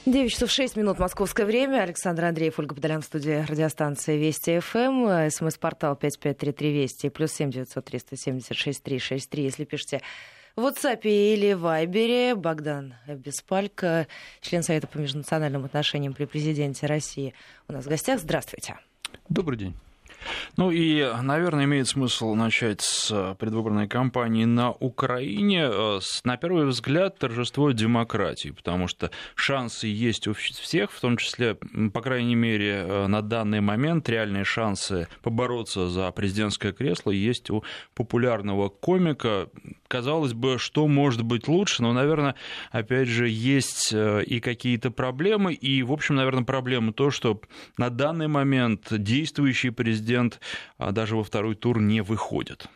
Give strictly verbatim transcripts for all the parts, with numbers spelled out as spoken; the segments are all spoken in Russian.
девять часов шесть минут московское время. Александр Андреев, Ольга Подолян в студии радиостанции Вести ФМ. СМС-портал пять пять три три Вести. Плюс семь девятьсот триста семьдесят шесть триста шестьдесят три. Если пишете в WhatsApp или Вайбере. Богдан Беспалько, член Совета по межнациональным отношениям при президенте России, у нас в гостях. Здравствуйте. Добрый день. Ну и, наверное, имеет смысл начать с предвыборной кампании на Украине. На первый взгляд, торжество демократии, потому что шансы есть у всех, в том числе, по крайней мере, на данный момент реальные шансы побороться за президентское кресло есть у популярного комика. Казалось бы, что может быть лучше, но, наверное, опять же, есть и какие-то проблемы, и, в общем, наверное, проблема то, что на данный момент действующий президент даже во второй тур не выходит.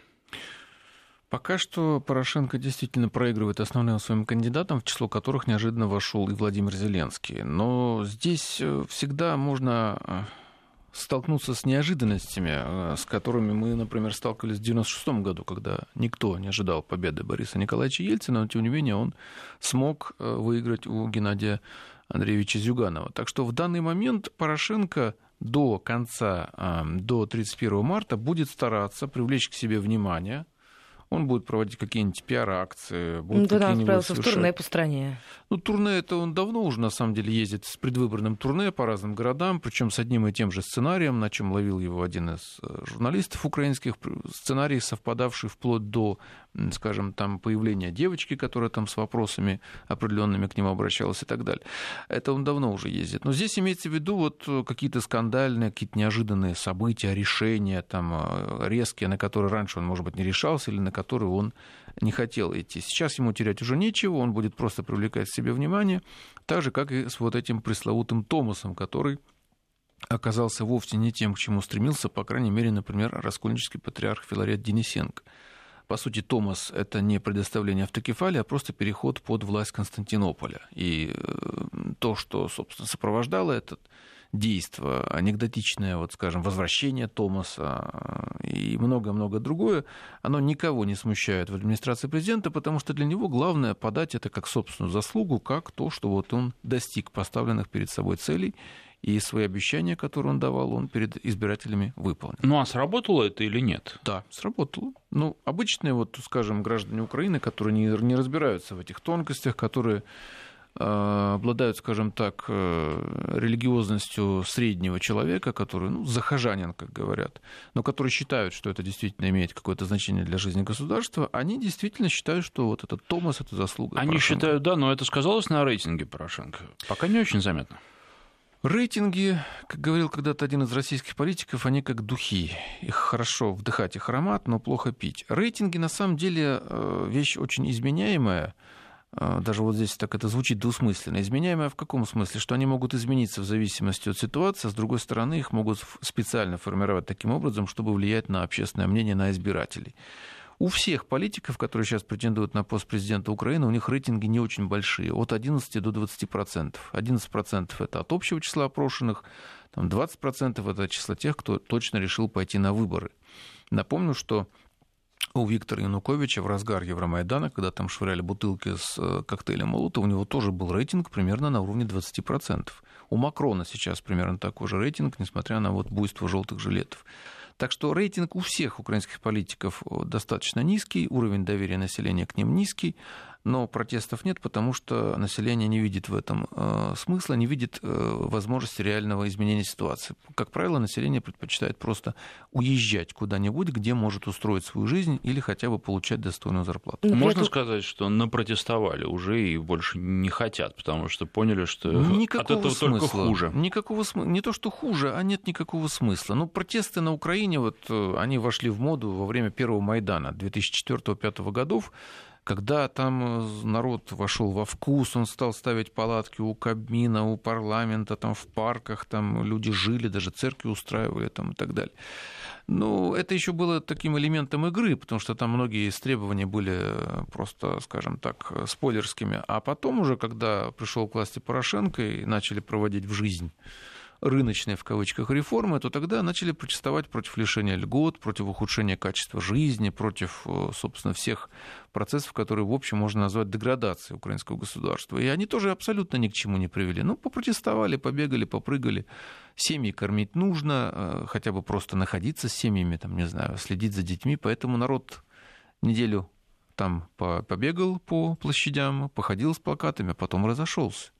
Пока что Порошенко действительно проигрывает основным своим кандидатам, в число которых неожиданно вошел и Владимир Зеленский. Но здесь всегда можно столкнуться с неожиданностями, с которыми мы, например, сталкивались в девяносто шестом году, когда никто не ожидал победы Бориса Николаевича Ельцина, но, тем не менее, он смог выиграть у Геннадия Андреевича Зюганова. Так что в данный момент Порошенко до конца, до тридцать первого марта будет стараться привлечь к себе внимание. Он будет проводить какие-нибудь пиар-акции. Да, он отправился в турне по стране. Ну, турне это он давно уже, на самом деле, ездит с предвыборным турне по разным городам, причем с одним и тем же сценарием, на чем ловил его один из журналистов украинских. Сценарий, совпадавший вплоть до, скажем, там, появления девочки, которая там с вопросами определенными к нему обращалась и так далее. Это он давно уже ездит. Но здесь имеется в виду вот какие-то скандальные, какие-то неожиданные события, решения там, резкие, на которые раньше он, может быть, не решался или на который он не хотел идти. Сейчас ему терять уже нечего, он будет просто привлекать к себе внимание, так же, как и с вот этим пресловутым Томосом, который оказался вовсе не тем, к чему стремился, по крайней мере, например, раскольнический патриарх Филарет Денисенко. По сути, Томос — это не предоставление автокефалии, а просто переход под власть Константинополя. И то, что, собственно, сопровождало этот действо, анекдотичное, вот, скажем, возвращение Томаса и много-много другое, оно никого не смущает в администрации президента, потому что для него главное подать это как собственную заслугу, как то, что вот он достиг поставленных перед собой целей, и свои обещания, которые он давал, он перед избирателями выполнил. Ну а сработало это или нет? Да, сработало. Ну, обычные, вот, скажем, граждане Украины, которые не, не разбираются в этих тонкостях, которые обладают, скажем так, религиозностью среднего человека, который, ну, захожанин, как говорят, но которые считают, что это действительно имеет какое-то значение для жизни государства, они действительно считают, что вот этот Томос — это заслуга Они Порошенко. Считают, да, но это сказалось на рейтинге Порошенко. Пока не очень заметно. Рейтинги, как говорил когда-то один из российских политиков, они как духи. Их хорошо вдыхать, их аромат, но плохо пить. Рейтинги, на самом деле, вещь очень изменяемая. Даже вот здесь так это звучит двусмысленно. Изменяемая в каком смысле? Что они могут измениться в зависимости от ситуации, а с другой стороны их могут специально формировать таким образом, чтобы влиять на общественное мнение, на избирателей. У всех политиков, которые сейчас претендуют на пост президента Украины, у них рейтинги не очень большие, от одиннадцати до двадцати процентов. одиннадцать процентов это от общего числа опрошенных, там двадцать процентов это от числа тех, кто точно решил пойти на выборы. Напомню, что у Виктора Януковича в разгар Евромайдана, когда там швыряли бутылки с коктейлем Молотова, у него тоже был рейтинг примерно на уровне двадцати процентов. У Макрона сейчас примерно такой же рейтинг, несмотря на вот буйство желтых жилетов. Так что рейтинг у всех украинских политиков достаточно низкий, уровень доверия населения к ним низкий, но протестов нет, потому что население не видит в этом э, смысла, не видит э, возможности реального изменения ситуации. Как правило, население предпочитает просто уезжать куда-нибудь, где может устроить свою жизнь или хотя бы получать достойную зарплату. Можно сказать, что напротестовали уже и больше не хотят, потому что поняли, что никакого от этого смысла. только хуже. Никакого смысла. Не то, что хуже, а нет никакого смысла. Ну, протесты на Украине, вот, они вошли в моду во время первого Майдана две тысячи четвёртого — две тысячи пятого годов, когда там народ вошел во вкус, он стал ставить палатки у Кабмина, у парламента, там в парках, там люди жили, даже церкви устраивали там, и так далее. Ну, это еще было таким элементом игры, потому что там многие из требований были просто, скажем так, спойлерскими. А потом уже, когда пришел к власти Порошенко и начали проводить в жизнь рыночные, в кавычках, реформы, то тогда начали протестовать против лишения льгот, против ухудшения качества жизни, против, собственно, всех процессов, которые, в общем, можно назвать деградацией украинского государства. И они тоже абсолютно ни к чему не привели. Ну, попротестовали, побегали, попрыгали. Семьи кормить нужно, хотя бы просто находиться с семьями, там, не знаю, следить за детьми. Поэтому народ неделю там побегал по площадям, походил с плакатами, а потом разошелся.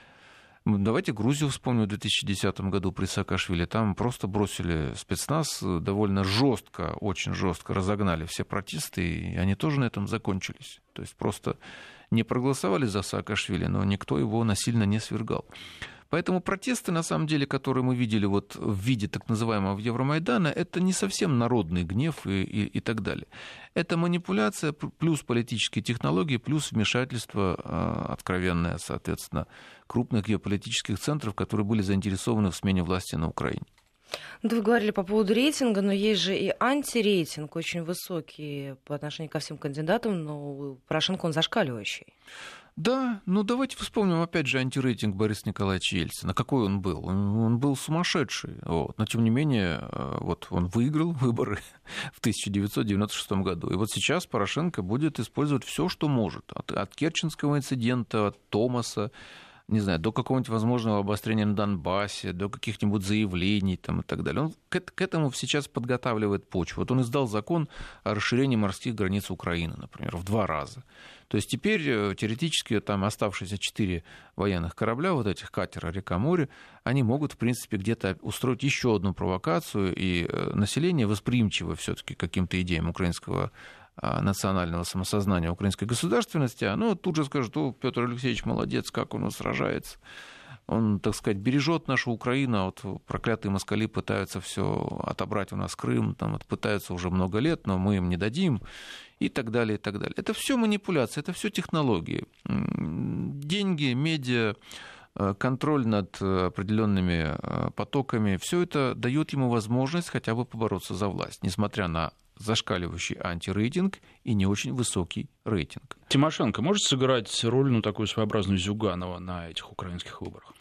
Давайте Грузию вспомним в две тысячи десятом году при Саакашвили. Там просто бросили спецназ, довольно жестко, очень жестко разогнали все протесты, и они тоже на этом закончились. То есть просто не проголосовали за Саакашвили, но никто его насильно не свергал. Поэтому протесты, на самом деле, которые мы видели вот в виде так называемого Евромайдана, это не совсем народный гнев и, и, и так далее. Это манипуляция плюс политические технологии, плюс вмешательство э, откровенное, соответственно, крупных геополитических центров, которые были заинтересованы в смене власти на Украине. Ну, вы говорили по поводу рейтинга, но есть же и антирейтинг очень высокий по отношению ко всем кандидатам, но Порошенко он зашкаливающий. Да, ну давайте вспомним опять же антирейтинг Бориса Николаевича Ельцина. Какой он был? Он, он был сумасшедший. Вот. Но тем не менее, вот он выиграл выборы в тысяча девятьсот девяносто шестом году. И вот сейчас Порошенко будет использовать все, что может. От, от Керченского инцидента, от Томаса, не знаю, до какого-нибудь возможного обострения на Донбассе, до каких-нибудь заявлений там, и так далее. Он к, к этому сейчас подготавливает почву. Вот он издал закон о расширении морских границ Украины, например, в два раза. То есть теперь теоретически там оставшиеся четыре военных корабля, вот этих катера «Река-море», они могут, в принципе, где-то устроить еще одну провокацию, и население восприимчиво все-таки к каким-то идеям украинского национального самосознания, украинской государственности, оно тут же скажет: о, Петр Алексеевич молодец, как он сражается. Он, так сказать, бережет нашу Украину, а вот проклятые москали пытаются все отобрать у нас Крым, там, пытаются уже много лет, но мы им не дадим, и так далее, и так далее. Это все манипуляции, это все технологии. Деньги, медиа, контроль над определенными потоками, все это дает ему возможность хотя бы побороться за власть, несмотря на зашкаливающий антирейтинг и не очень высокий рейтинг. Тимошенко может сыграть роль, ну, такую своеобразную Зюганова на этих украинских выборах?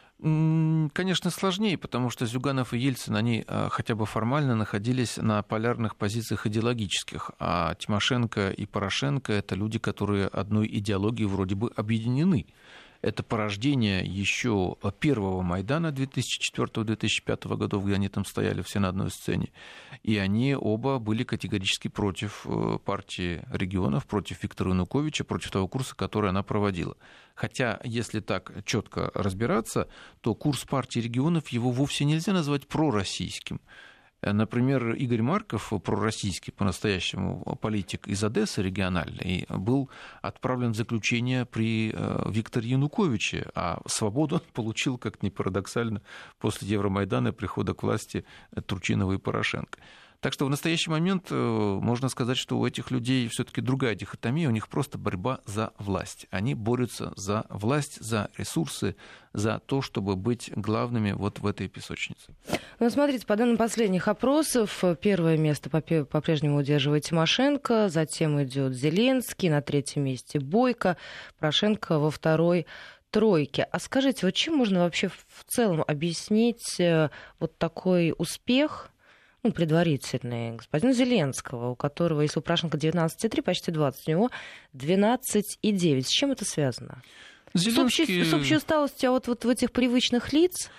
Конечно, сложнее, потому что Зюганов и Ельцин, они хотя бы формально находились на полярных позициях идеологических, а Тимошенко и Порошенко — это люди, которые одной идеологией вроде бы объединены. Это порождение еще первого Майдана две тысячи четвёртого — две тысячи пятого годов, где они там стояли все на одной сцене. И они оба были категорически против партии регионов, против Виктора Януковича, против того курса, который она проводила. Хотя, если так четко разбираться, то курс партии регионов его вовсе нельзя назвать пророссийским. Например, Игорь Марков, пророссийский по-настоящему политик из Одессы региональный, был отправлен в заключение при Викторе Януковиче, а свободу он получил, как ни парадоксально, после Евромайдана и прихода к власти Турчинова и Порошенко. Так что в настоящий момент можно сказать, что у этих людей все-таки другая дихотомия, у них просто борьба за власть. Они борются за власть, за ресурсы, за то, чтобы быть главными вот в этой песочнице. Ну, смотрите, по данным последних опросов, первое место по-прежнему удерживает Тимошенко, затем идет Зеленский, на третьем месте Бойко, Порошенко во второй тройке. А скажите, вот чем можно вообще в целом объяснить вот такой успех, ну, предварительный, господина Зеленского, у которого, если у Порошенко девятнадцать и три, почти двадцать, у него двенадцать и девять. С чем это связано? Зеленский... С, общей, с общей усталостью вот, вот в этих привычных лиц?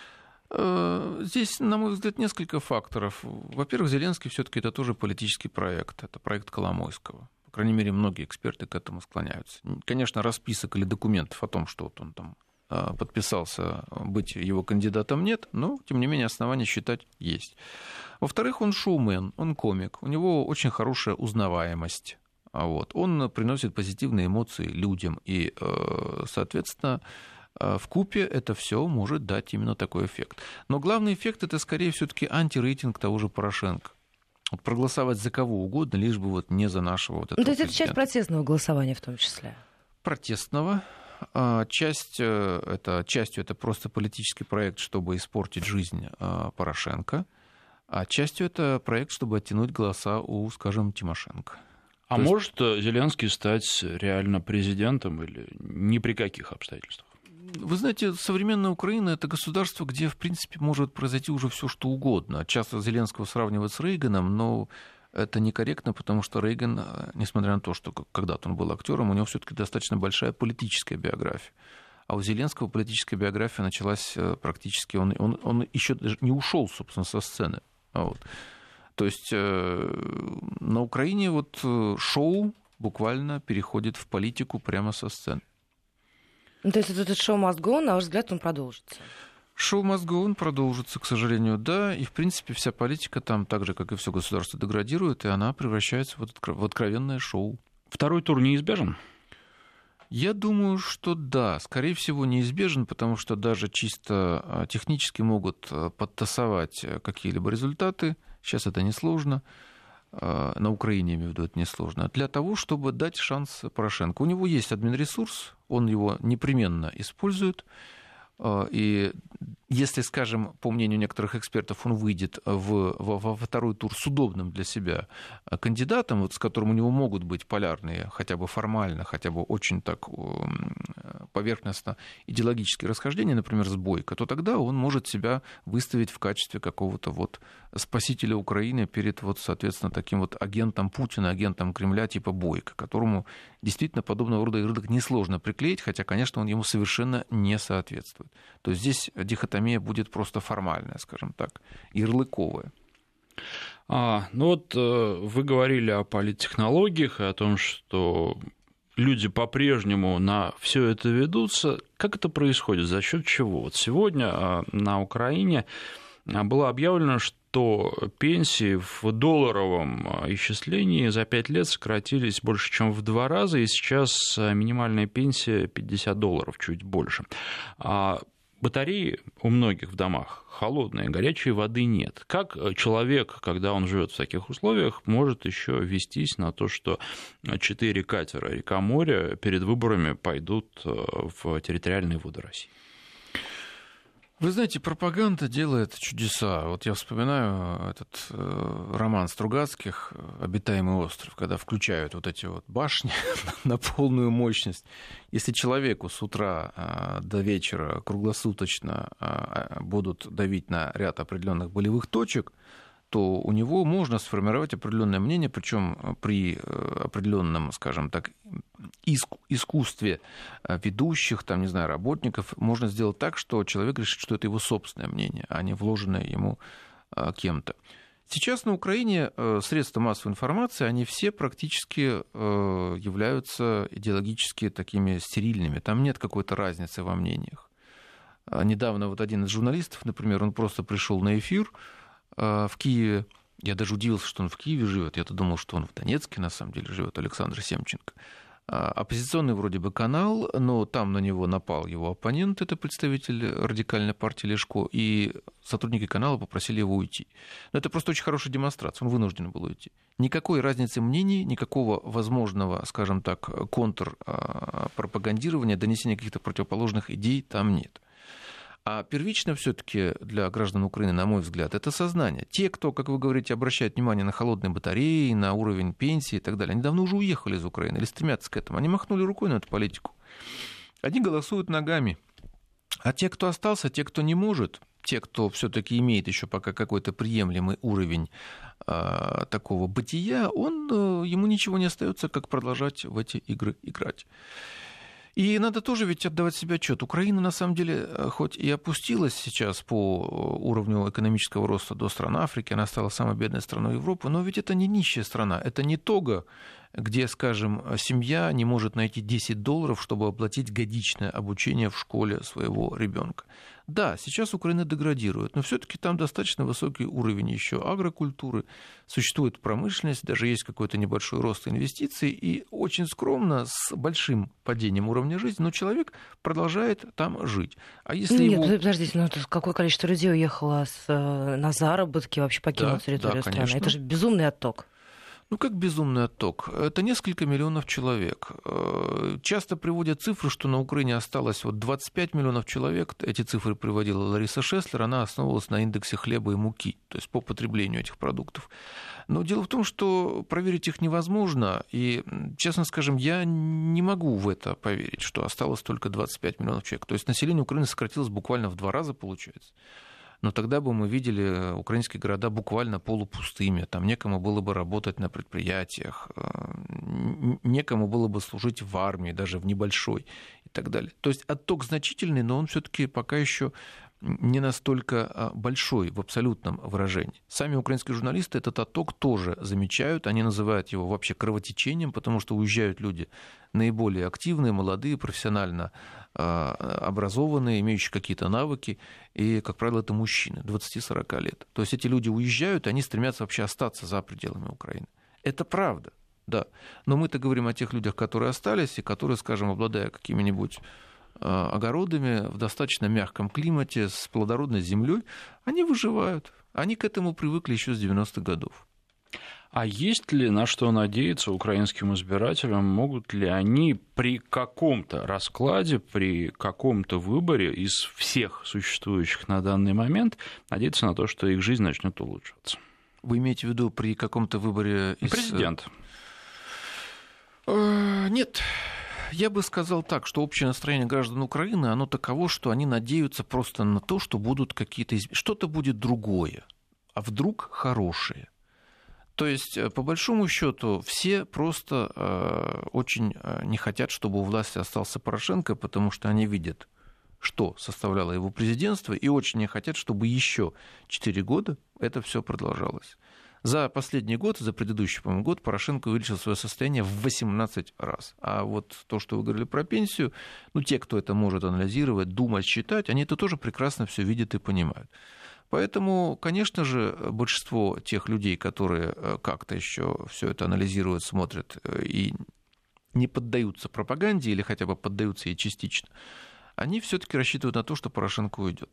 Здесь, на мой взгляд, несколько факторов. Во-первых, Зеленский все-таки это тоже политический проект. Это проект Коломойского. По крайней мере, многие эксперты к этому склоняются. Конечно, расписок или документов о том, что вот он там подписался быть его кандидатом, нет, но, тем не менее, основания считать есть. Во-вторых, он шоумен, он комик, у него очень хорошая узнаваемость. Вот. Он приносит позитивные эмоции людям, и, соответственно, вкупе это все может дать именно такой эффект. Но главный эффект — это, скорее, все-таки антирейтинг того же Порошенко. Вот проголосовать за кого угодно, лишь бы вот не за нашего вот этого. Ну, то есть это часть протестного голосования в том числе? Протестного. Часть, это, частью это просто политический проект, чтобы испортить жизнь Порошенко, а частью это проект, чтобы оттянуть голоса у, скажем, Тимошенко. А То может есть... Зеленский стать реально президентом или ни при каких обстоятельствах? Вы знаете, современная Украина — это государство, где, в принципе, может произойти уже все, что угодно. Часто Зеленского сравнивают с Рейганом, но это некорректно, потому что Рейган, несмотря на то, что когда-то он был актером, у него все-таки достаточно большая политическая биография. А у Зеленского политическая биография началась практически... Он, он, он еще даже не ушел, собственно, со сцены. Вот. То есть на Украине вот шоу буквально переходит в политику прямо со сцены. Ну, то есть этот шоу must go on, на ваш взгляд, он продолжится? Шоу must go on продолжится, к сожалению, да. И, в принципе, вся политика там, так же, как и все государство, деградирует, и она превращается в откровенное шоу. Второй тур неизбежен? Я думаю, что да, скорее всего, неизбежен, потому что даже чисто технически могут подтасовать какие-либо результаты. Сейчас это несложно. На Украине, я имею в виду, это несложно. Для того, чтобы дать шанс Порошенко. У него есть админресурс, он его непременно использует. И если, скажем, по мнению некоторых экспертов, он выйдет в, во, во второй тур с удобным для себя кандидатом, вот, с которым у него могут быть полярные, хотя бы формально, хотя бы очень так поверхностно идеологические расхождения, например, с Бойко, то тогда он может себя выставить в качестве какого-то вот спасителя Украины перед, вот, соответственно, таким вот агентом Путина, агентом Кремля типа Бойко, которому действительно подобного рода ярлык несложно приклеить, хотя, конечно, он ему совершенно не соответствует. То есть здесь дихотомия будет просто формальная, скажем так, ярлыковая. А, ну вот вы говорили о политтехнологиях и о том, что люди по-прежнему на все это ведутся. Как это происходит? За счет чего? Вот сегодня на Украине было объявлено, что пенсии в долларовом исчислении за пять лет сократились больше, чем в два раза, и сейчас минимальная пенсия пятьдесят долларов, чуть больше. А батареи у многих в домах холодные, горячей воды нет. Как человек, когда он живет в таких условиях, может еще вестись на то, что четыре катера река-море перед выборами пойдут в территориальные воды России? Вы знаете, пропаганда делает чудеса. Вот я вспоминаю этот э, роман Стругацких «Обитаемый остров», когда включают вот эти вот башни на полную мощность. Если человеку с утра э, до вечера круглосуточно э, будут давить на ряд определенных болевых точек, то у него можно сформировать определенное мнение, причем при определенном, скажем так, искусстве ведущих, там, не знаю, работников, можно сделать так, что человек решит, что это его собственное мнение, а не вложенное ему кем-то. Сейчас на Украине средства массовой информации, они все практически являются идеологически такими стерильными. Там нет какой-то разницы во мнениях. Недавно вот один из журналистов, например, он просто пришел на эфир в Киеве. Я даже удивился, что он в Киеве живет. Я-то думал, что он в Донецке, на самом деле, живет, Александр Семченко. Оппозиционный вроде бы канал, но там на него напал его оппонент, это представитель радикальной партии Лешко, и сотрудники канала попросили его уйти. Но это просто очень хорошая демонстрация, он вынужден был уйти. Никакой разницы мнений, никакого возможного, скажем так, контрпропагандирования, донесения каких-то противоположных идей там нет. А первично все-таки для граждан Украины, на мой взгляд, это сознание. Те, кто, как вы говорите, обращает внимание на холодные батареи, на уровень пенсии и так далее, они давно уже уехали из Украины или стремятся к этому. Они махнули рукой на эту политику. Они голосуют ногами. А те, кто остался, те, кто не может, те, кто все-таки имеет еще пока какой-то приемлемый уровень э, такого бытия, он, э, ему ничего не остается, как продолжать в эти игры играть. И надо тоже ведь отдавать себе отчет. Украина, на самом деле, хоть и опустилась сейчас по уровню экономического роста до стран Африки, она стала самой бедной страной Европы, но ведь это не нищая страна, это не Того, где, скажем, семья не может найти десять долларов, чтобы оплатить годичное обучение в школе своего ребенка. Да, сейчас Украина деградирует, но все-таки там достаточно высокий уровень еще агрокультуры, существует промышленность, даже есть какой-то небольшой рост инвестиций, и очень скромно, с большим падением уровня жизни, но человек продолжает там жить. А если Нет, его... подождите, ну какое количество людей уехало с, на заработки, вообще покинуло да, территорию да, страны? Это же безумный отток. Ну, как безумный отток? Это несколько миллионов человек. Часто приводят цифры, что на Украине осталось вот двадцать пять миллионов человек. Эти цифры приводила Лариса Шеслер. Она основывалась на индексе хлеба и муки, то есть по потреблению этих продуктов. Но дело в том, что проверить их невозможно. И, честно скажем, я не могу в это поверить, что осталось только двадцать пять миллионов человек. То есть население Украины сократилось буквально в два раза, получается. Но тогда бы мы видели украинские города буквально полупустыми, там некому было бы работать на предприятиях, некому было бы служить в армии, даже в небольшой и так далее. То есть отток значительный, но он все-таки пока еще не настолько большой в абсолютном выражении. Сами украинские журналисты этот отток тоже замечают, они называют его вообще кровотечением, потому что уезжают люди наиболее активные, молодые, профессионально образованные, имеющие какие-то навыки, и, как правило, это мужчины двадцать-сорок лет. То есть эти люди уезжают, и они стремятся вообще остаться за пределами Украины. Это правда, да. Но мы-то говорим о тех людях, которые остались, и которые, скажем, обладая какими-нибудь огородами в достаточно мягком климате, с плодородной землей, они выживают. Они к этому привыкли еще с девяностых годов. А есть ли на что надеяться украинским избирателям? Могут ли они при каком-то раскладе, при каком-то выборе из всех существующих на данный момент надеяться на то, что их жизнь начнет улучшаться? Вы имеете в виду при каком-то выборе из... Президент. Нет. Я бы сказал так, что общее настроение граждан Украины, оно таково, что они надеются просто на то, что будут какие-то... Что-то будет другое, а вдруг хорошее. То есть, по большому счету, все просто э, очень не хотят, чтобы у власти остался Порошенко, потому что они видят, что составляло его президентство, и очень не хотят, чтобы еще четыре года это все продолжалось. За последний год, за предыдущий, по-моему, год Порошенко увеличил свое состояние в восемнадцать раз. А вот то, что вы говорили про пенсию, ну, те, кто это может анализировать, думать, считать, они это тоже прекрасно все видят и понимают. Поэтому, конечно же, большинство тех людей, которые как-то еще все это анализируют, смотрят и не поддаются пропаганде или хотя бы поддаются ей частично, они все-таки рассчитывают на то, что Порошенко уйдет.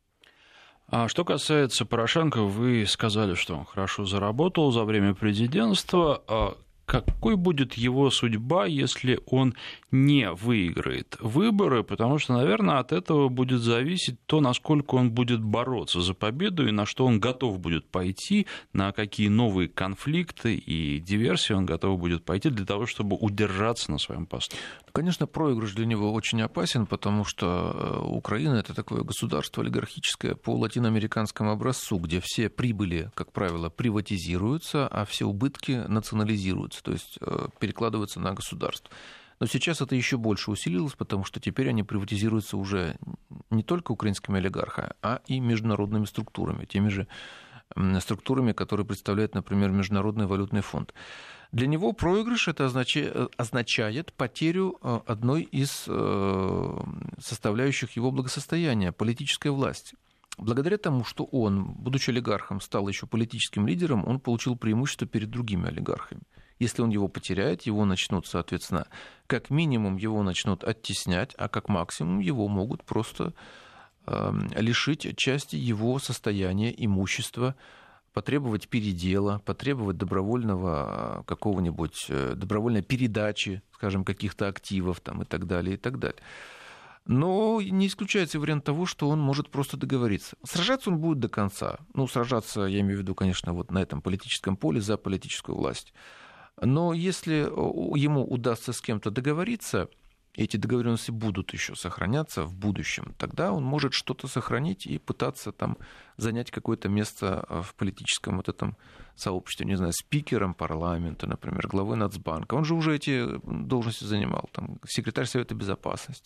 А что касается Порошенко, вы сказали, что он хорошо заработал за время президентства. Какой будет его судьба, если он не выиграет выборы? Потому что, наверное, от этого будет зависеть то, насколько он будет бороться за победу и на что он готов будет пойти, на какие новые конфликты и диверсии он готов будет пойти для того, чтобы удержаться на своем посту. Конечно, проигрыш для него очень опасен, потому что Украина – это такое государство олигархическое по латиноамериканскому образцу, где все прибыли, как правило, приватизируются, а все убытки национализируются, то есть перекладываются на государство. Но сейчас это еще больше усилилось, потому что теперь они приватизируются уже не только украинскими олигархами, а и международными структурами, теми же структурами, которые представляют, например, Международный валютный фонд. Для него проигрыш это означает, означает потерю одной из составляющих его благосостояния, политической власти. Благодаря тому, что он, будучи олигархом, стал еще политическим лидером, он получил преимущество перед другими олигархами. Если он его потеряет, его начнут, соответственно, как минимум его начнут оттеснять, а как максимум его могут просто э, лишить части его состояния, имущества, потребовать передела, потребовать добровольного какого-нибудь, добровольной передачи, скажем, каких-то активов там, и так далее, и так далее. Но не исключается вариант того, что он может просто договориться. Сражаться он будет до конца. Ну, сражаться, я имею в виду, конечно, вот на этом политическом поле за политическую власть. Но если ему удастся с кем-то договориться, эти договоренности будут еще сохраняться в будущем, тогда он может что-то сохранить и пытаться там занять какое-то место в политическом вот этом сообществе, не знаю, спикером парламента, например, главой Нацбанка. Он же уже эти должности занимал, там, секретарь Совета Безопасности.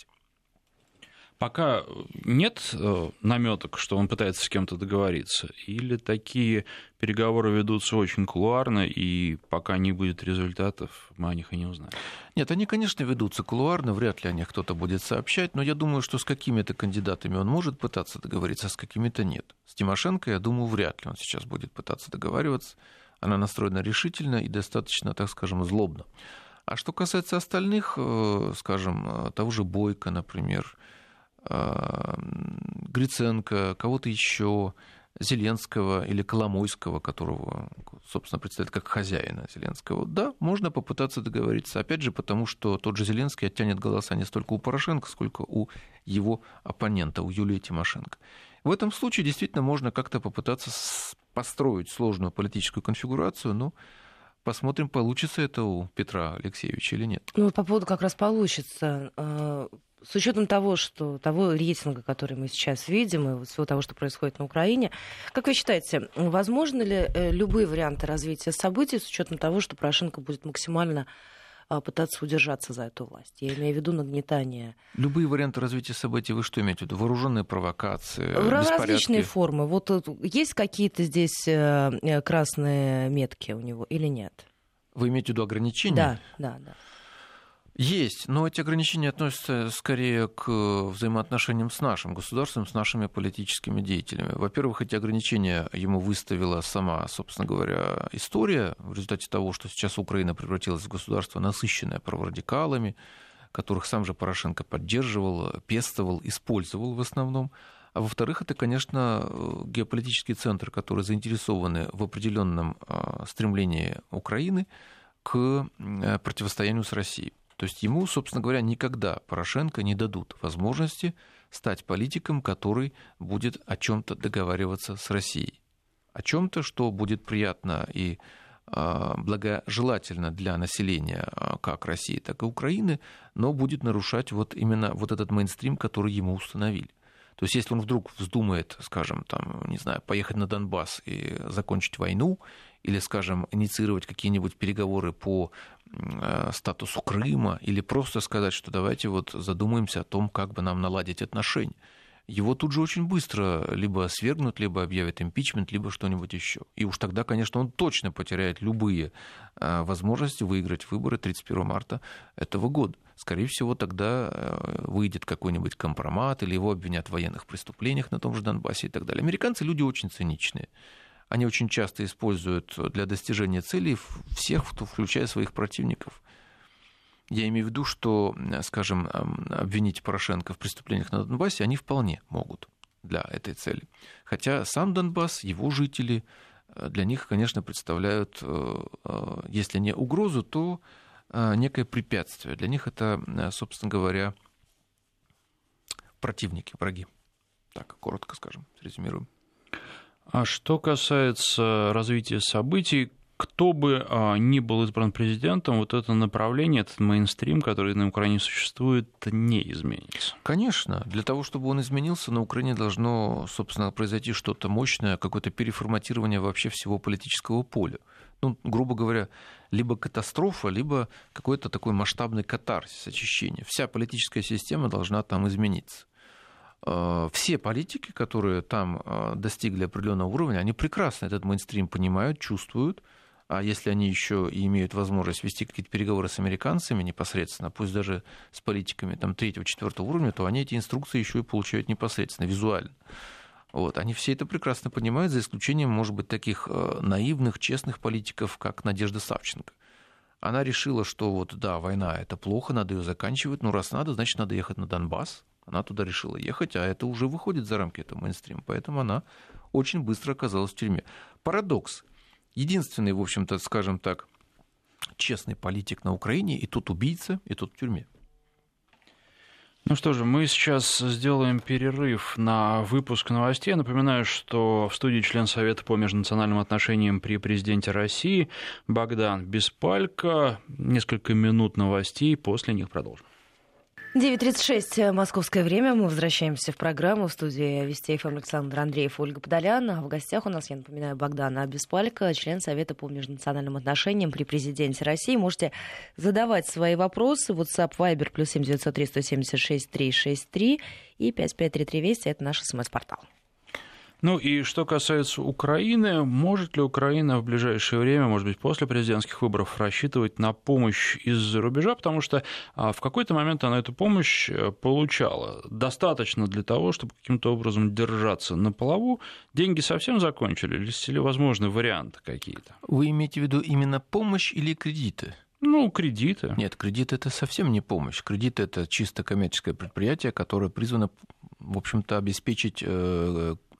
Пока нет намёток, что он пытается с кем-то договориться, или такие переговоры ведутся очень кулуарно, и пока не будет результатов, мы о них и не узнаем? Нет, они, конечно, ведутся кулуарно, вряд ли о них кто-то будет сообщать, но я думаю, что с какими-то кандидатами он может пытаться договориться, а с какими-то нет. С Тимошенко, я думаю, вряд ли он сейчас будет пытаться договариваться. Она настроена решительно и достаточно, так скажем, злобно. А что касается остальных, скажем, того же Бойко, например, Гриценко, кого-то еще, Зеленского или Коломойского, которого собственно, представляет как хозяина Зеленского, да, можно попытаться договориться. Опять же, потому что тот же Зеленский оттянет голоса не столько у Порошенко, сколько у его оппонента, у Юлии Тимошенко. В этом случае действительно можно как-то попытаться построить сложную политическую конфигурацию, но посмотрим, получится это у Петра Алексеевича или нет. Ну, по поводу как раз получится. С учетом того, что того рейтинга, который мы сейчас видим, и всего того, что происходит на Украине, как вы считаете, возможны ли любые варианты развития событий с учетом того, что Порошенко будет максимально пытаться удержаться за эту власть? Я имею в виду нагнетание. Любые варианты развития событий, вы что имеете в виду? Вооруженные провокации, различные беспорядки? Формы. Вот есть какие-то здесь красные метки у него или нет? Вы имеете в виду ограничения? Да, да, да. Есть, но эти ограничения относятся скорее к взаимоотношениям с нашим государством, с нашими политическими деятелями. Во-первых, эти ограничения ему выставила сама, собственно говоря, история в результате того, что сейчас Украина превратилась в государство, насыщенное праворадикалами, которых сам же Порошенко поддерживал, пестовал, использовал в основном. А во-вторых, это, конечно, геополитические центры, которые заинтересованы в определенном стремлении Украины к противостоянию с Россией. То есть ему, собственно говоря, никогда Порошенко не дадут возможности стать политиком, который будет о чем-то договариваться с Россией. О чем-то, что будет приятно и благожелательно для населения как России, так и Украины, но будет нарушать вот именно вот этот мейнстрим, который ему установили. То есть если он вдруг вздумает, скажем, там, не знаю, поехать на Донбасс и закончить войну, или, скажем, инициировать какие-нибудь переговоры по статусу Крыма, или просто сказать, что давайте вот задумаемся о том, как бы нам наладить отношения, его тут же очень быстро либо свергнут, либо объявят импичмент, либо что-нибудь еще. И уж тогда, конечно, он точно потеряет любые возможности выиграть выборы тридцать первого марта этого года. Скорее всего, тогда выйдет какой-нибудь компромат, или его обвинят в военных преступлениях на том же Донбассе и так далее. Американцы люди очень циничные. Они очень часто используют для достижения целей всех, включая своих противников. Я имею в виду, что, скажем, обвинить Порошенко в преступлениях на Донбассе они вполне могут для этой цели. Хотя сам Донбасс, его жители, для них, конечно, представляют, если не угрозу, то некое препятствие. Для них это, собственно говоря, противники, враги. Так, коротко скажем, резюмируем. А что касается развития событий, кто бы ни был избран президентом, вот это направление, этот мейнстрим, который на Украине существует, не изменится. Конечно. Для того, чтобы он изменился, на Украине должно, собственно, произойти что-то мощное, какое-то переформатирование вообще всего политического поля. Ну, грубо говоря, либо катастрофа, либо какой-то такой масштабный катарсис, очищение. Вся политическая система должна там измениться. Все политики, которые там достигли определенного уровня, они прекрасно этот мейнстрим понимают, чувствуют. А если они еще и имеют возможность вести какие-то переговоры с американцами непосредственно, пусть даже с политиками там, третьего-четвертого уровня, то они эти инструкции еще и получают непосредственно, визуально. Вот. Они все это прекрасно понимают, за исключением, может быть, таких наивных, честных политиков, как Надежда Савченко. Она решила, что вот, да, война – это плохо, надо ее заканчивать, но раз надо, значит, надо ехать на Донбасс. Она туда решила ехать, а это уже выходит за рамки этого мейнстрима, поэтому она очень быстро оказалась в тюрьме. Парадокс. Единственный, в общем-то, скажем так, честный политик на Украине, и тут убийца, и тут в тюрьме. Ну что же, мы сейчас сделаем перерыв на выпуск новостей. Напоминаю, что в студии член Совета по межнациональным отношениям при президенте России Богдан Беспалько. Несколько минут новостей, после них продолжим. девять тридцать шесть московское время. Мы возвращаемся в программу. В студии Вести ФМ Александр Андреев и Ольга Подолян. А в гостях у нас, я напоминаю, Богдана Беспалько, член Совета по межнациональным отношениям при президенте России. Можете задавать свои вопросы. WhatsApp, Viber, плюс семь девятьсот три сто семьдесят шесть триста шестьдесят три и пять пять три три Вести. Это наш смс-портал. Ну и что касается Украины, может ли Украина в ближайшее время, может быть, после президентских выборов, рассчитывать на помощь из-за рубежа, потому что в какой-то момент она эту помощь получала. Достаточно для того, чтобы каким-то образом держаться на плаву. Деньги совсем закончились или возможны варианты какие-то? Вы имеете в виду именно помощь или кредиты? Ну, кредиты. Нет, кредит – это совсем не помощь. Кредит – это чисто коммерческое предприятие, которое призвано, в общем-то, обеспечить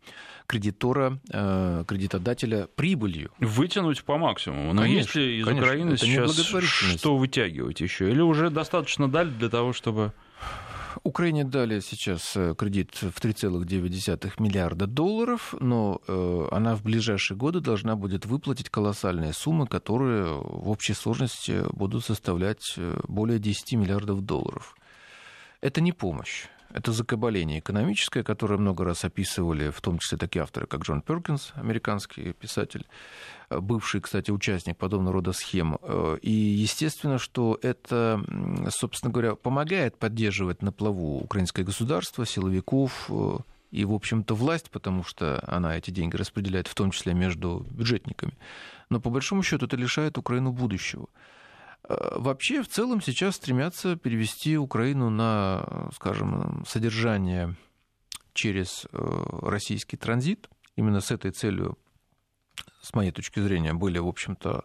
кредитора, кредитодателя прибылью. Вытянуть по максимуму. Но конечно, есть ли из конечно, Украины сейчас что вытягивать еще? Или уже достаточно дали для того, чтобы... Украине дали сейчас кредит в три целых девять десятых миллиарда долларов, но э, она в ближайшие годы должна будет выплатить колоссальные суммы, которые в общей сложности будут составлять более десять миллиардов долларов. Это не помощь. Это закабаление экономическое, которое много раз описывали, в том числе такие авторы, как Джон Перкинс, американский писатель, бывший, кстати, участник подобного рода схем. И естественно, что это, собственно говоря, помогает поддерживать на плаву украинское государство, силовиков и, в общем-то, власть, потому что она эти деньги распределяет в том числе между бюджетниками. Но, по большому счету, это лишает Украину будущего. Вообще, в целом, сейчас стремятся перевести Украину на, скажем, содержание через российский транзит. Именно с этой целью, с моей точки зрения, были, в общем-то,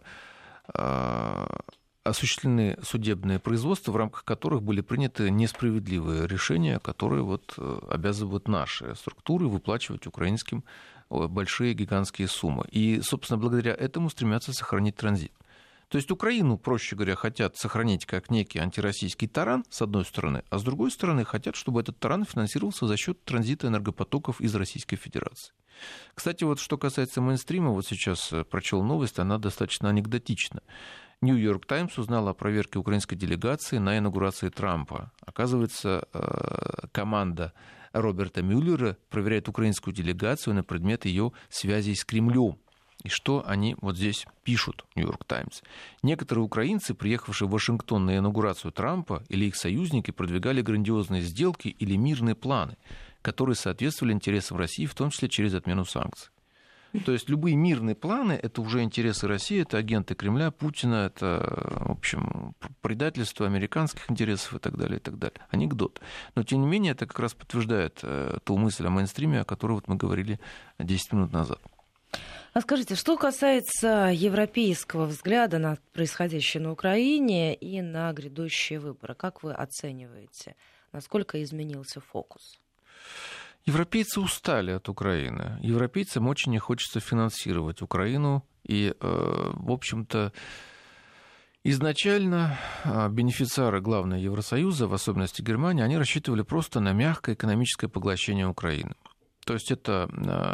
осуществлены судебные производства, в рамках которых были приняты несправедливые решения, которые вот обязывают наши структуры выплачивать украинским большие гигантские суммы. И, собственно, благодаря этому стремятся сохранить транзит. То есть Украину, проще говоря, хотят сохранить как некий антироссийский таран, с одной стороны, а с другой стороны хотят, чтобы этот таран финансировался за счет транзита энергопотоков из Российской Федерации. Кстати, вот что касается мейнстрима, вот сейчас прочел новость, она достаточно анекдотична. Нью-Йорк Таймс узнал о проверке украинской делегации на инаугурации Трампа. Оказывается, команда Роберта Мюллера проверяет украинскую делегацию на предмет ее связей с Кремлем. И что они вот здесь пишут, Нью-Йорк Таймс. Некоторые украинцы, приехавшие в Вашингтон на инаугурацию Трампа, или их союзники, продвигали грандиозные сделки или мирные планы, которые соответствовали интересам России, в том числе через отмену санкций. То есть любые мирные планы — это уже интересы России, это агенты Кремля, Путина, это, в общем, предательство американских интересов и так далее, и так далее. Анекдот. Но, тем не менее, это как раз подтверждает ту мысль о мейнстриме, о которой вот мы говорили десять минут назад. А скажите, что касается европейского взгляда на происходящее на Украине и на грядущие выборы, как вы оцениваете, насколько изменился фокус? Европейцы устали от Украины. Европейцам очень не хочется финансировать Украину. И, в общем-то, изначально бенефициары, главные Евросоюза, в особенности Германия, они рассчитывали просто на мягкое экономическое поглощение Украины. То есть это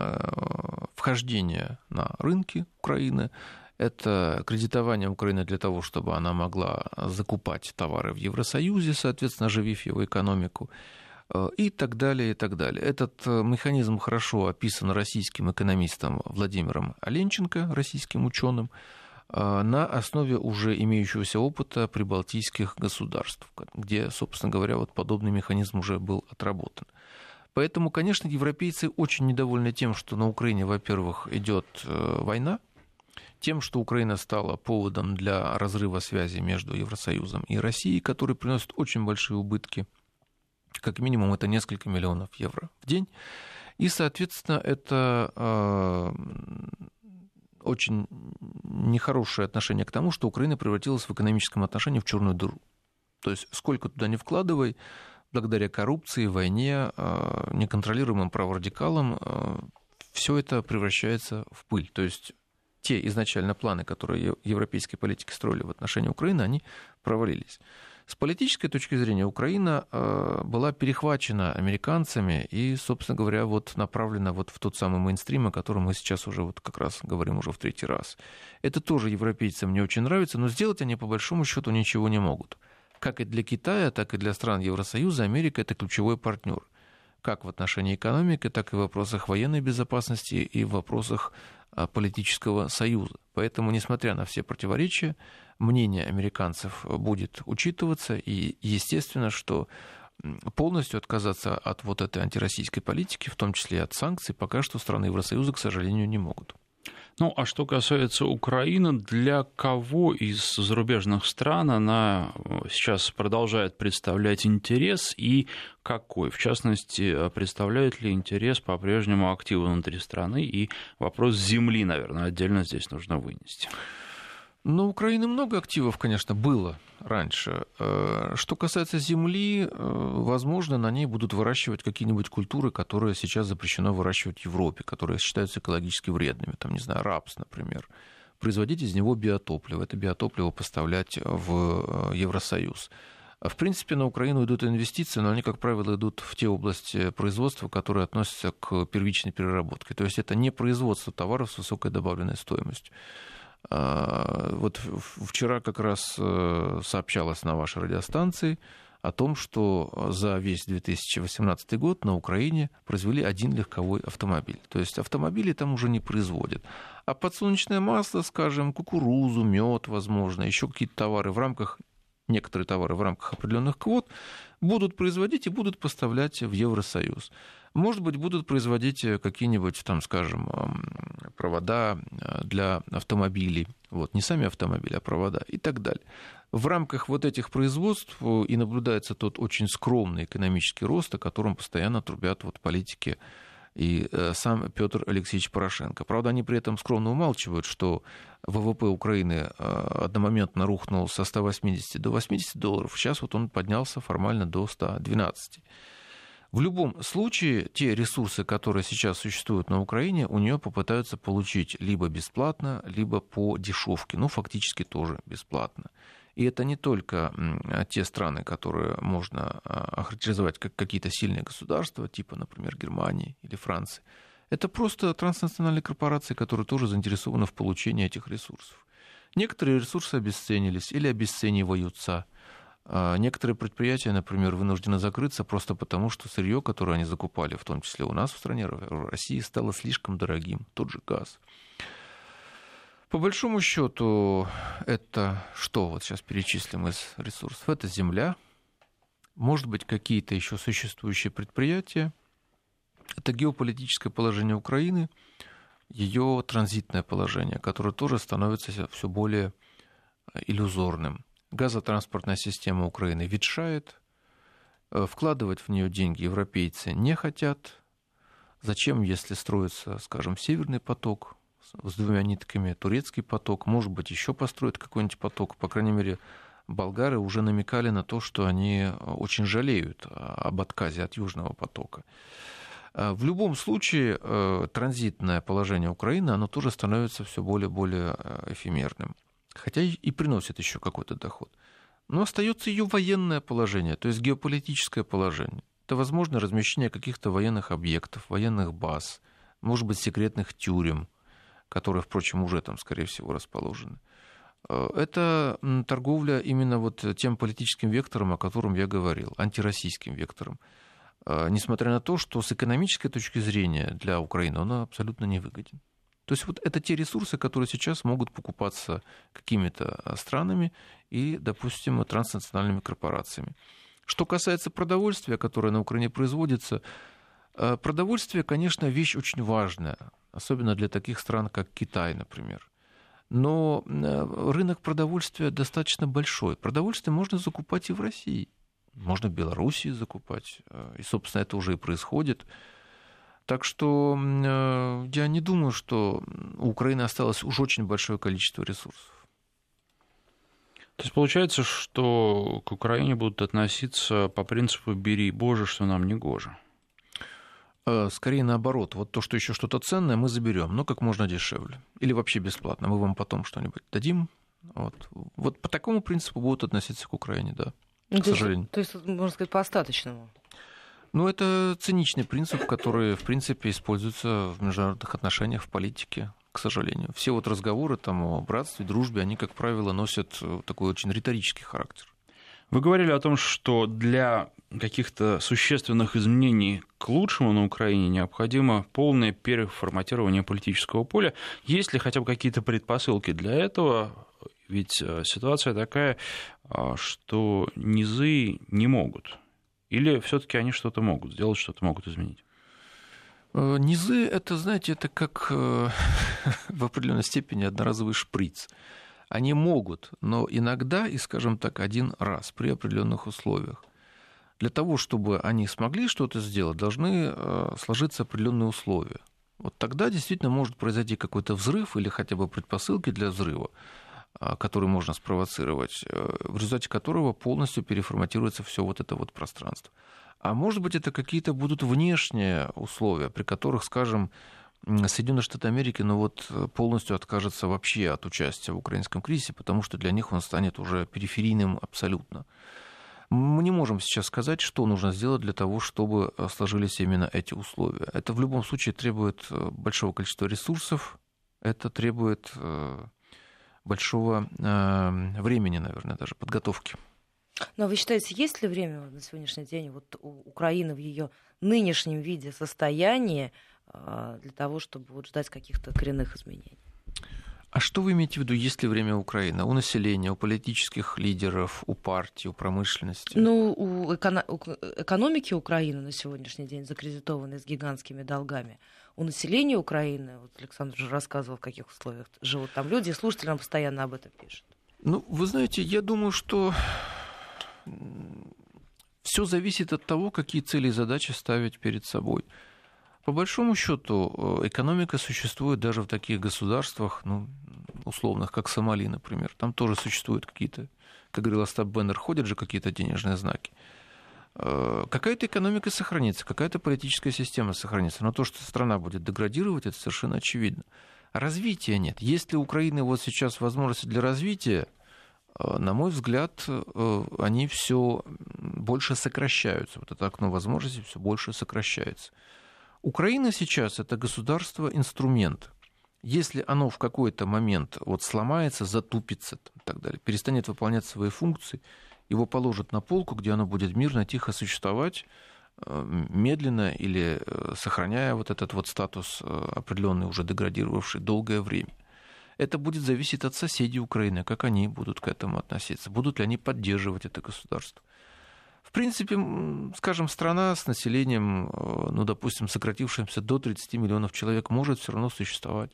вхождение на рынки Украины, это кредитование Украины для того, чтобы она могла закупать товары в Евросоюзе, соответственно, оживив его экономику, и так далее, и так далее. Этот механизм хорошо описан российским экономистом Владимиром Оленченко, российским ученым, на основе уже имеющегося опыта прибалтийских государств, где, собственно говоря, вот подобный механизм уже был отработан. Поэтому, конечно, европейцы очень недовольны тем, что на Украине, во-первых, идет война, тем, что Украина стала поводом для разрыва связи между Евросоюзом и Россией, который приносит очень большие убытки. Как минимум, это несколько миллионов евро в день. И, соответственно, это э, очень нехорошее отношение к тому, что Украина превратилась в экономическом отношении в черную дыру. То есть, сколько туда ни вкладывай, благодаря коррупции, войне, неконтролируемым праворадикалам, все это превращается в пыль. То есть те изначально планы, которые европейские политики строили в отношении Украины, они провалились. С политической точки зрения Украина была перехвачена американцами и, собственно говоря, вот направлена вот в тот самый мейнстрим, о котором мы сейчас уже вот как раз говорим уже в третий раз. Это тоже европейцам не очень нравится, но сделать они по большому счету ничего не могут. Как и для Китая, так и для стран Евросоюза Америка — это ключевой партнер. Как в отношении экономики, так и в вопросах военной безопасности и в вопросах политического союза. Поэтому, несмотря на все противоречия, мнение американцев будет учитываться, и естественно, что полностью отказаться от вот этой антироссийской политики, в том числе и от санкций, пока что страны Евросоюза, к сожалению, не могут. Ну, а что касается Украины, для кого из зарубежных стран она сейчас продолжает представлять интерес и какой? В частности, представляет ли интерес по-прежнему активы внутри страны? И вопрос земли, наверное, отдельно здесь нужно вынести. Ну, у Украины много активов, конечно, было раньше. Что касается земли, возможно, на ней будут выращивать какие-нибудь культуры, которые сейчас запрещено выращивать в Европе, которые считаются экологически вредными. Там, не знаю, рапс, например. Производить из него биотопливо. Это биотопливо поставлять в Евросоюз. В принципе, на Украину идут инвестиции, но они, как правило, идут в те области производства, которые относятся к первичной переработке. То есть это не производство товаров с высокой добавленной стоимостью. Вот вчера как раз сообщалось на вашей радиостанции о том, что за весь две тысячи восемнадцатый год на Украине произвели один легковой автомобиль. То есть автомобили там уже не производят. А подсолнечное масло, скажем, кукурузу, мед, возможно, еще какие-то товары в рамках, некоторые товары в рамках определенных квот будут производить и будут поставлять в Евросоюз. Может быть, будут производить какие-нибудь, там, скажем, провода для автомобилей. Вот, не сами автомобили, а провода и так далее. В рамках вот этих производств и наблюдается тот очень скромный экономический рост, о котором постоянно трубят вот политики и сам Петр Алексеевич Порошенко. Правда, они при этом скромно умалчивают, что ВВП Украины одномоментно рухнул со ста восьмидесяти до восьмидесяти долларов. Сейчас вот он поднялся формально до ста двенадцати. В любом случае, те ресурсы, которые сейчас существуют на Украине, у нее попытаются получить либо бесплатно, либо по дешевке, ну, фактически тоже бесплатно. И это не только те страны, которые можно охарактеризовать как какие-то сильные государства, типа, например, Германии или Франции. Это просто транснациональные корпорации, которые тоже заинтересованы в получении этих ресурсов. Некоторые ресурсы обесценились или обесцениваются. Некоторые предприятия, например, вынуждены закрыться просто потому, что сырье, которое они закупали, в том числе у нас в стране, в России, стало слишком дорогим. Тот же газ. По большому счету, это что вот сейчас перечислим из ресурсов? Это земля, может быть, какие-то еще существующие предприятия. Это геополитическое положение Украины, ее транзитное положение, которое тоже становится все более иллюзорным. Газотранспортная система Украины ветшает, вкладывать в нее деньги европейцы не хотят. Зачем, если строится, скажем, Северный поток с двумя нитками, турецкий поток, может быть, еще построят какой-нибудь поток. По крайней мере, болгары уже намекали на то, что они очень жалеют об отказе от Южного потока. В любом случае, транзитное положение Украины, оно тоже становится все более и более эфемерным. Хотя и приносит еще какой-то доход. Но остается ее военное положение, то есть геополитическое положение. Это возможно размещение каких-то военных объектов, военных баз, может быть, секретных тюрем, которые, впрочем, уже там, скорее всего, расположены. Это торговля именно вот тем политическим вектором, о котором я говорил, антироссийским вектором. Несмотря на то, что с экономической точки зрения для Украины он абсолютно невыгоден. То есть вот это те ресурсы, которые сейчас могут покупаться какими-то странами и, допустим, транснациональными корпорациями. Что касается продовольствия, которое на Украине производится, продовольствие, конечно, вещь очень важная, особенно для таких стран, как Китай, например. Но рынок продовольствия достаточно большой. Продовольствие можно закупать и в России, можно в Белоруссии закупать, и, собственно, это уже и происходит. Так что я не думаю, что у Украины осталось уж очень большое количество ресурсов. То есть получается, что к Украине будут относиться по принципу «бери, Боже, что нам не гоже». Скорее наоборот. Вот то, что еще что-то ценное, мы заберем, но как можно дешевле. Или вообще бесплатно. Мы вам потом что-нибудь дадим. Вот, вот по такому принципу будут относиться к Украине, да, ну, к сожалению. То есть, можно сказать, по остаточному. Ну, это циничный принцип, который, в принципе, используется в международных отношениях, в политике, к сожалению. Все вот разговоры там о братстве, дружбе, они, как правило, носят такой очень риторический характер. Вы говорили о том, что для каких-то существенных изменений к лучшему на Украине необходимо полное переформатирование политического поля. Есть ли хотя бы какие-то предпосылки для этого? Ведь ситуация такая, что низы не могут. Или все-таки они что-то могут сделать, что-то могут изменить? Низы, это, знаете, это как в определенной степени одноразовый шприц. Они могут, но иногда, и, скажем так, один раз при определенных условиях. Для того, чтобы они смогли что-то сделать, должны сложиться определенные условия. Вот тогда действительно может произойти какой-то взрыв или хотя бы предпосылки для взрыва. который можно спровоцировать, в результате которого полностью переформатируется все вот это вот пространство. А может быть, это какие-то будут внешние условия, при которых, скажем, Соединенные Штаты Америки ну вот, полностью откажутся вообще от участия в украинском кризисе, потому что для них он станет уже периферийным абсолютно. Мы не можем сейчас сказать, что нужно сделать для того, чтобы сложились именно эти условия. Это в любом случае требует большого количества ресурсов, это требует большого времени, наверное, даже подготовки. Но вы считаете, есть ли время на сегодняшний день вот у Украины в ее нынешнем виде, состоянии для того, чтобы вот ждать каких-то коренных изменений? А что вы имеете в виду, есть ли время у Украины? У населения, у политических лидеров, у партий, у промышленности? Ну, у, эко- у экономики Украины на сегодняшний день, закредитованной с гигантскими долгами, у населения Украины, вот Александр уже рассказывал, в каких условиях живут там люди, и слушатели нам постоянно об этом пишут. Ну, вы знаете, я думаю, что все зависит от того, какие цели и задачи ставить перед собой. По большому счету, экономика существует даже в таких государствах, ну, условных, как Сомали, например. Там тоже существуют какие-то, как говорил Остап Беннер, ходят же какие-то денежные знаки. Какая-то экономика сохранится, какая-то политическая система сохранится, но то, что страна будет деградировать, это совершенно очевидно. Развития нет. Есть ли у Украины вот сейчас возможности для развития, на мой взгляд, они все больше сокращаются. Вот это окно возможностей все больше сокращается. Украина сейчас – это государство-инструмент. Если оно в какой-то момент вот сломается, затупится и так далее, перестанет выполнять свои функции, его положат на полку, где оно будет мирно, тихо существовать, медленно или сохраняя вот этот вот статус определенный, уже деградировавший долгое время. Это будет зависеть от соседей Украины, как они будут к этому относиться, будут ли они поддерживать это государство. В принципе, скажем, страна с населением, ну, допустим, сократившимся до тридцати миллионов человек, может все равно существовать.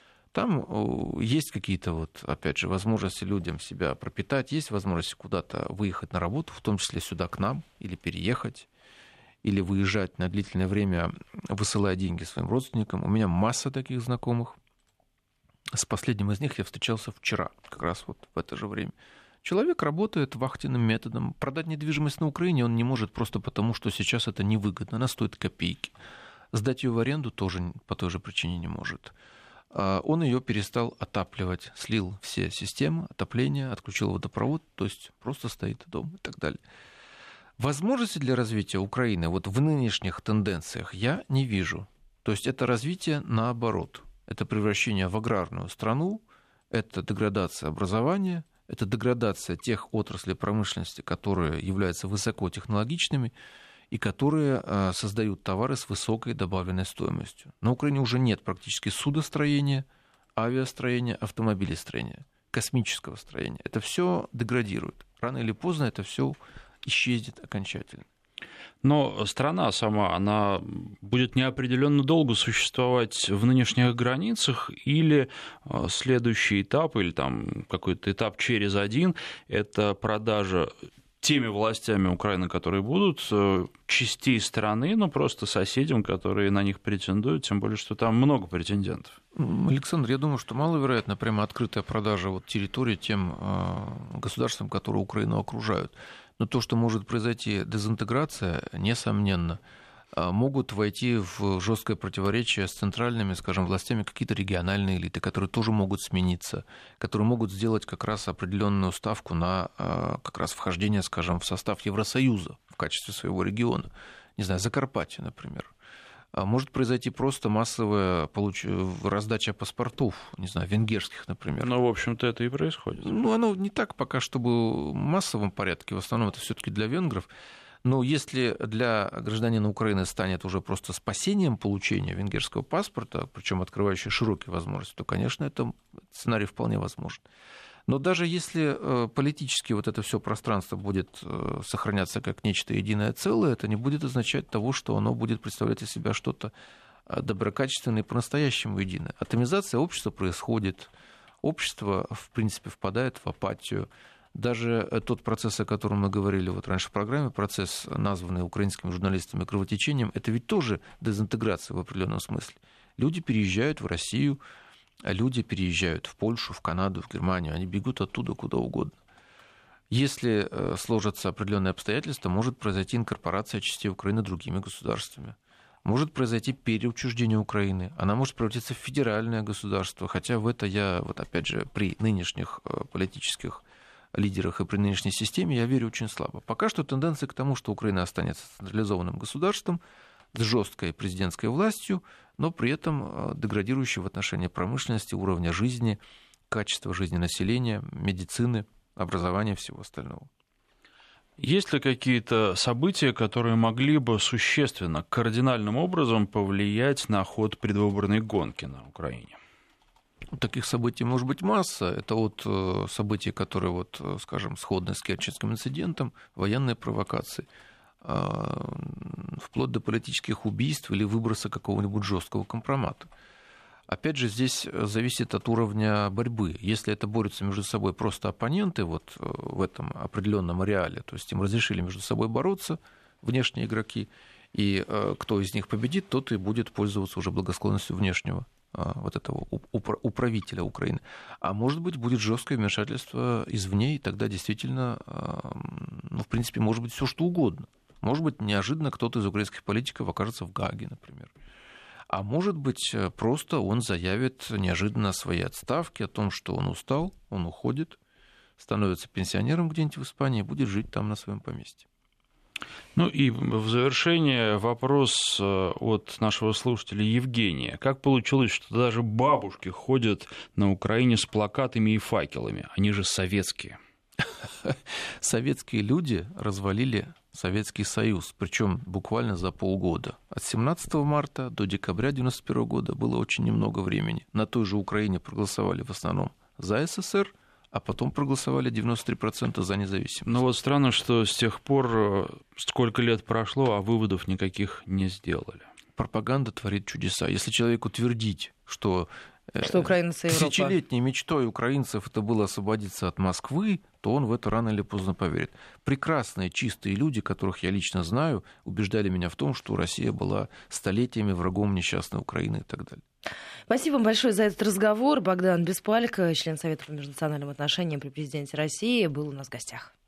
Там есть какие-то, вот, опять же, возможности людям себя пропитать, есть возможности куда-то выехать на работу, в том числе сюда к нам, или переехать, или выезжать на длительное время, высылая деньги своим родственникам. У меня масса таких знакомых. С последним из них я встречался вчера, как раз вот в это же время. Человек работает вахтенным методом. Продать недвижимость на Украине он не может просто потому, что сейчас это невыгодно, она стоит копейки. Сдать ее в аренду тоже по той же причине не может. Он ее перестал отапливать, слил все системы отопления, отключил водопровод, то есть просто стоит дома и так далее. Возможности для развития Украины вот в нынешних тенденциях я не вижу. То есть это развитие наоборот. Это превращение в аграрную страну, это деградация образования, это деградация тех отраслей промышленности, которые являются высокотехнологичными и которые создают товары с высокой добавленной стоимостью. На Украине уже нет практически судостроения, авиастроения, автомобилестроения, космического строения. Это все деградирует. Рано или поздно это все исчезнет окончательно. Но страна сама, она будет неопределенно долго существовать в нынешних границах, или следующий этап, или там какой-то этап через один, это продажа теми властями Украины, которые будут, частей страны, но просто соседям, которые на них претендуют, тем более, что там много претендентов. Александр, я думаю, что маловероятно прямо открытая продажа вот территории тем государствам, которые Украину окружают. Но то, что может произойти дезинтеграция, несомненно, могут войти в жесткое противоречие с центральными, скажем, властями какие-то региональные элиты, которые тоже могут смениться, которые могут сделать как раз определенную ставку на как раз вхождение, скажем, в состав Евросоюза в качестве своего региона. Не знаю, Закарпатье, например. Может произойти просто массовая получ... раздача паспортов, не знаю, венгерских, например. Ну, в общем-то, это и происходит. Ну, оно не так пока, чтобы в массовом порядке, в основном это все-таки для венгров. Но если для гражданина Украины станет уже просто спасением получения венгерского паспорта, причем открывающий широкие возможности, то, конечно, этот сценарий вполне возможен. Но даже если политически вот это все пространство будет сохраняться как нечто единое целое, это не будет означать того, что оно будет представлять из себя что-то доброкачественное и по-настоящему единое. Атомизация общества происходит, общество, в принципе, впадает в апатию. Даже тот процесс, о котором мы говорили вот раньше в программе, процесс, названный украинскими журналистами кровотечением, это ведь тоже дезинтеграция в определенном смысле. Люди переезжают в Россию, А люди переезжают в Польшу, в Канаду, в Германию, они бегут оттуда куда угодно. Если сложатся определенные обстоятельства, может произойти инкорпорация частей Украины другими государствами. Может произойти переучреждение Украины. Она может превратиться в федеральное государство. Хотя в это я, вот опять же, при нынешних политических лидерах и при нынешней системе я верю очень слабо. Пока что тенденция к тому, что Украина останется централизованным государством с жесткой президентской властью, но при этом деградирующей в отношении промышленности, уровня жизни, качества жизни населения, медицины, образования, всего остального. Есть ли какие-то события, которые могли бы существенно, кардинальным образом повлиять на ход предвыборной гонки на Украине? Таких событий может быть масса. Это вот события, которые, вот, скажем, сходны с Керченским инцидентом, военные провокации, вплоть до политических убийств или выброса какого-нибудь жесткого компромата. Опять же, здесь зависит от уровня борьбы. Если это борются между собой просто оппоненты вот в этом определенном ареале, то есть им разрешили между собой бороться, внешние игроки, и кто из них победит, тот и будет пользоваться уже благосклонностью внешнего вот этого управителя Украины. А может быть, будет жесткое вмешательство извне, и тогда действительно, ну, в принципе, может быть все что угодно. Может быть, неожиданно кто-то из украинских политиков окажется в Гааге, например. А может быть, просто он заявит неожиданно о своей отставке, о том, что он устал, он уходит, становится пенсионером где-нибудь в Испании и будет жить там на своем поместье. Ну и в завершение вопрос от нашего слушателя Евгения. Как получилось, что даже бабушки ходят на Украине с плакатами и факелами? Они же советские. Советские люди развалили Советский Союз, причем буквально за полгода. От семнадцатого марта до декабря девяносто первого года было очень немного времени. На той же Украине проголосовали в основном за СССР, а потом проголосовали девяносто три процента за независимость. Ну вот странно, что с тех пор сколько лет прошло, а выводов никаких не сделали. Пропаганда творит чудеса. Если человеку твердить, что... Что украинцы и Европа. Тысячелетней мечтой украинцев это было освободиться от Москвы, то он в это рано или поздно поверит. Прекрасные, чистые люди, которых я лично знаю, убеждали меня в том, что Россия была столетиями врагом несчастной Украины и так далее. Спасибо вам большое за этот разговор. Богдан Беспалько, член Совета по межнациональным отношениям при президенте России, был у нас в гостях.